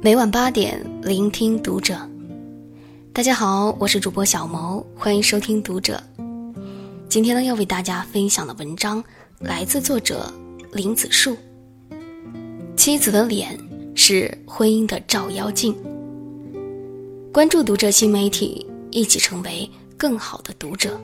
每晚8点，聆听读者。大家好，我是主播小谋，欢迎收听读者。今天呢，要为大家分享的文章来自作者林子树。妻子的脸是婚姻的照妖镜。关注读者新媒体，一起成为更好的读者。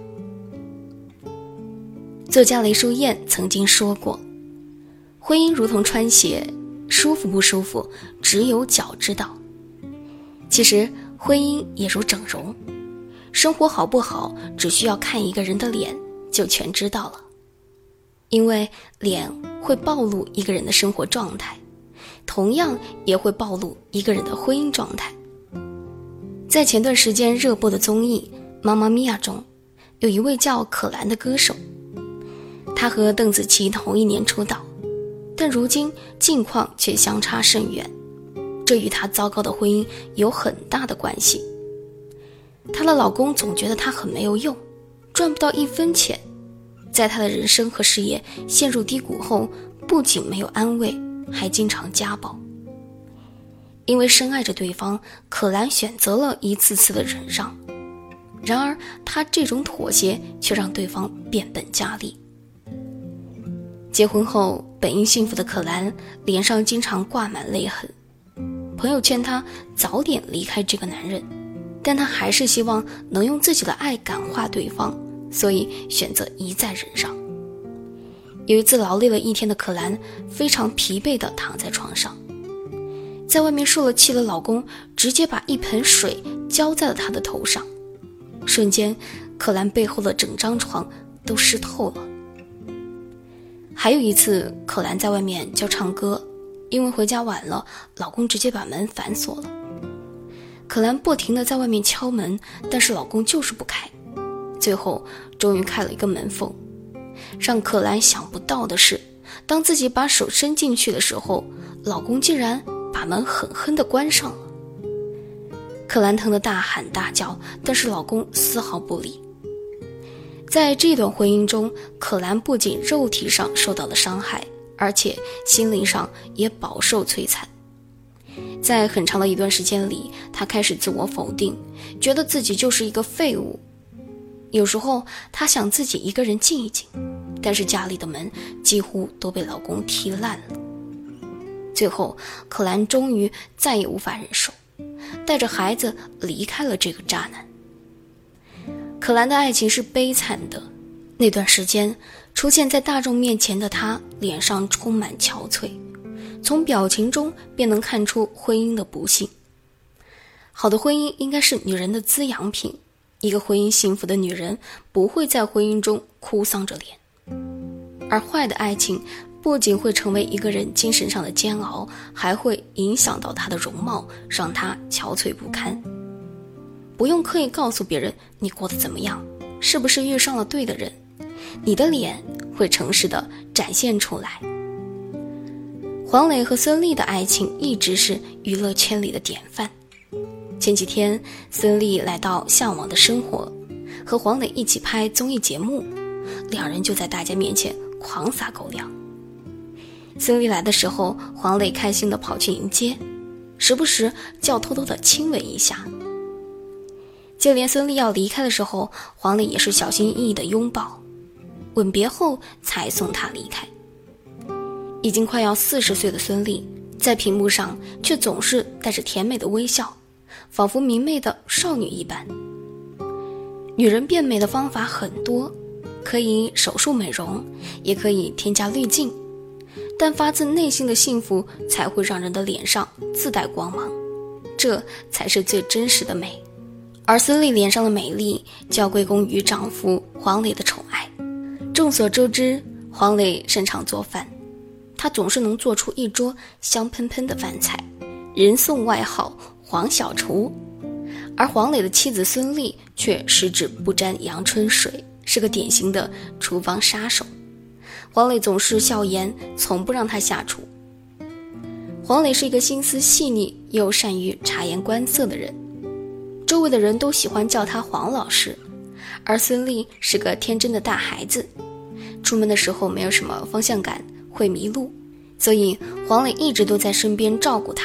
作家雷淑燕曾经说过，婚姻如同穿鞋，舒服不舒服只有脚知道。其实婚姻也如整容，生活好不好只需要看一个人的脸就全知道了。因为脸会暴露一个人的生活状态，同样也会暴露一个人的婚姻状态。在前段时间热播的综艺《妈妈咪呀》中，有一位叫可兰的歌手，他和邓紫棋同一年出道，但如今境况却相差甚远，这与她糟糕的婚姻有很大的关系。她的老公总觉得她很没有用，赚不到1分钱，在她的人生和事业陷入低谷后，不仅没有安慰，还经常家暴。因为深爱着对方，可兰选择了一次次的忍让，然而她这种妥协却让对方变本加厉。结婚后，本应幸福的可兰脸上经常挂满泪痕，朋友劝她早点离开这个男人，但她还是希望能用自己的爱感化对方，所以选择一再忍让。有一次劳累了一天的可兰非常疲惫地躺在床上，在外面受了气的老公直接把一盆水浇在了她的头上，瞬间可兰背后的整张床都湿透了。还有一次，可兰在外面教唱歌，因为回家晚了，老公直接把门反锁了。可兰不停地在外面敲门，但是老公就是不开，最后终于开了一个门缝。让可兰想不到的是，当自己把手伸进去的时候，老公竟然把门狠狠地关上了。可兰疼得大喊大叫，但是老公丝毫不理。在这段婚姻中，可兰不仅肉体上受到了伤害，而且心灵上也饱受摧残。在很长的一段时间里，她开始自我否定，觉得自己就是一个废物。有时候她想自己一个人静一静，但是家里的门几乎都被老公踢烂了。最后可兰终于再也无法忍受，带着孩子离开了这个渣男。可兰的爱情是悲惨的，那段时间出现在大众面前的她脸上充满憔悴，从表情中便能看出婚姻的不幸。好的婚姻应该是女人的滋养品，一个婚姻幸福的女人不会在婚姻中哭丧着脸，而坏的爱情不仅会成为一个人精神上的煎熬，还会影响到她的容貌，让她憔悴不堪。不用刻意告诉别人你过得怎么样，是不是遇上了对的人，你的脸会诚实地展现出来。黄磊和孙俪的爱情一直是娱乐圈里的典范。前几天孙俪来到向往的生活，和黄磊一起拍综艺节目，两人就在大家面前狂撒狗粮。孙俪来的时候，黄磊开心地跑去迎接，时不时就要偷偷地亲吻一下。就连孙俪要离开的时候，黄磊也是小心翼翼的拥抱，吻别后才送她离开。已经快要40岁的孙俪，在屏幕上却总是带着甜美的微笑，仿佛明媚的少女一般。女人变美的方法很多，可以手术美容，也可以添加滤镜，但发自内心的幸福才会让人的脸上自带光芒，这才是最真实的美。而孙俪脸上的美丽就要归功于丈夫黄磊的宠爱。众所周知，黄磊擅长做饭，他总是能做出一桌香喷喷的饭菜，人送外号黄小厨。而黄磊的妻子孙俪却十指不沾阳春水，是个典型的厨房杀手。黄磊总是笑颜，从不让他下厨。黄磊是一个心思细腻又善于察言观色的人，周围的人都喜欢叫他黄老师。而孙俪是个天真的大孩子，出门的时候没有什么方向感，会迷路，所以黄磊一直都在身边照顾他，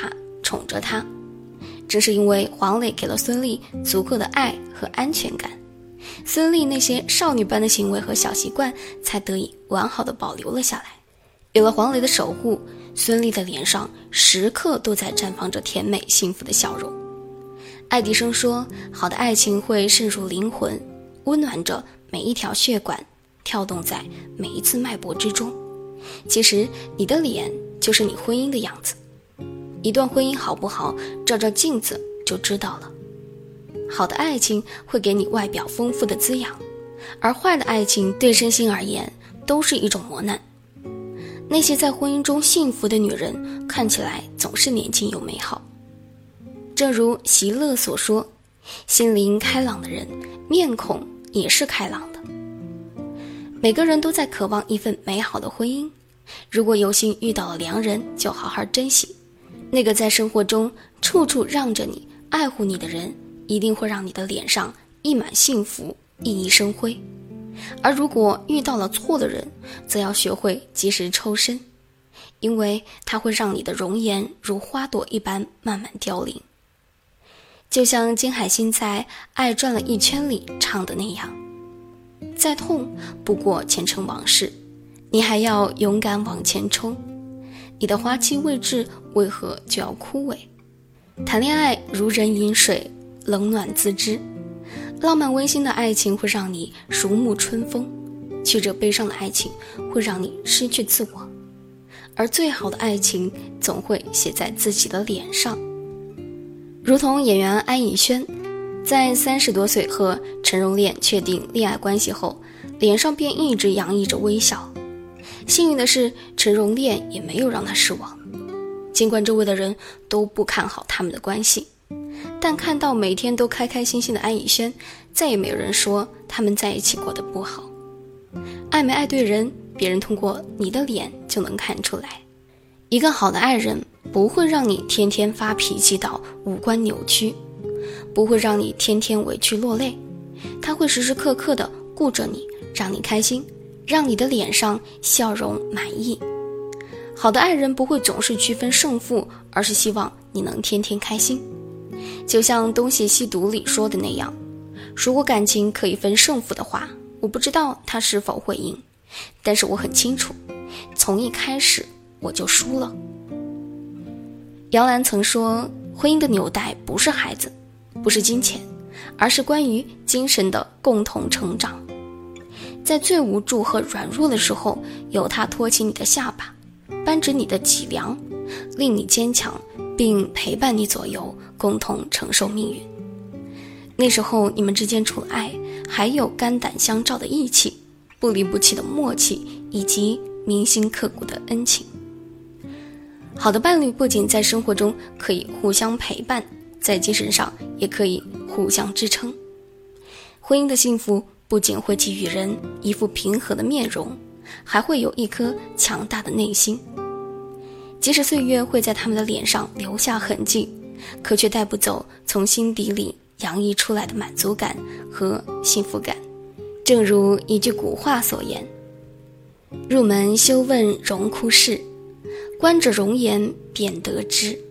宠着她。正是因为黄磊给了孙俪足够的爱和安全感，孙俪那些少女般的行为和小习惯才得以完好的保留了下来。有了黄磊的守护，孙俪的脸上时刻都在绽放着甜美幸福的笑容。爱迪生说，好的爱情会渗入灵魂，温暖着每一条血管，跳动在每一次脉搏之中。其实你的脸就是你婚姻的样子，一段婚姻好不好，照照镜子就知道了。好的爱情会给你外表丰富的滋养，而坏的爱情对身心而言都是一种磨难。那些在婚姻中幸福的女人看起来总是年轻又美好。正如席勒所说，心灵开朗的人面孔也是开朗的。每个人都在渴望一份美好的婚姻，如果有幸遇到了良人，就好好珍惜。那个在生活中处处让着你、爱护你的人，一定会让你的脸上溢满幸福，熠熠生辉。而如果遇到了错的人，则要学会及时抽身，因为它会让你的容颜如花朵一般慢慢凋零。就像金海心在《爱转了一圈》里唱的那样，再痛不过前尘往事，你还要勇敢往前冲。你的花期未至，为何就要枯萎？谈恋爱如人饮水，冷暖自知。浪漫温馨的爱情会让你如沐春风，曲折悲伤的爱情会让你失去自我。而最好的爱情总会写在自己的脸上。如同演员安以轩在30多岁和陈荣炼确定恋爱关系后，脸上便一直洋溢着微笑。幸运的是，陈荣炼也没有让他失望。尽管周围的人都不看好他们的关系，但看到每天都开开心心的安以轩，再也没有人说他们在一起过得不好。爱没爱对人，别人通过你的脸就能看出来。一个好的爱人不会让你天天发脾气到五官扭曲，不会让你天天委屈落泪，他会时时刻刻地顾着你，让你开心，让你的脸上笑容满意。好的爱人不会总是区分胜负，而是希望你能天天开心。就像东邪西毒里说的那样，如果感情可以分胜负的话，我不知道他是否会赢，但是我很清楚，从一开始我就输了。姚澜曾说，婚姻的纽带不是孩子，不是金钱，而是关于精神的共同成长。在最无助和软弱的时候，有他托起你的下巴，扳直你的脊梁，令你坚强，并陪伴你左右，共同承受命运。那时候你们之间除了爱，还有肝胆相照的义气，不离不弃的默契，以及铭心刻骨的恩情。好的伴侣不仅在生活中可以互相陪伴，在精神上也可以互相支撑。婚姻的幸福不仅会给予人一副平和的面容，还会有一颗强大的内心。即使岁月会在他们的脸上留下痕迹，可却带不走从心底里洋溢出来的满足感和幸福感。正如一句古话所言，入门休问荣枯事，观着容颜便得知。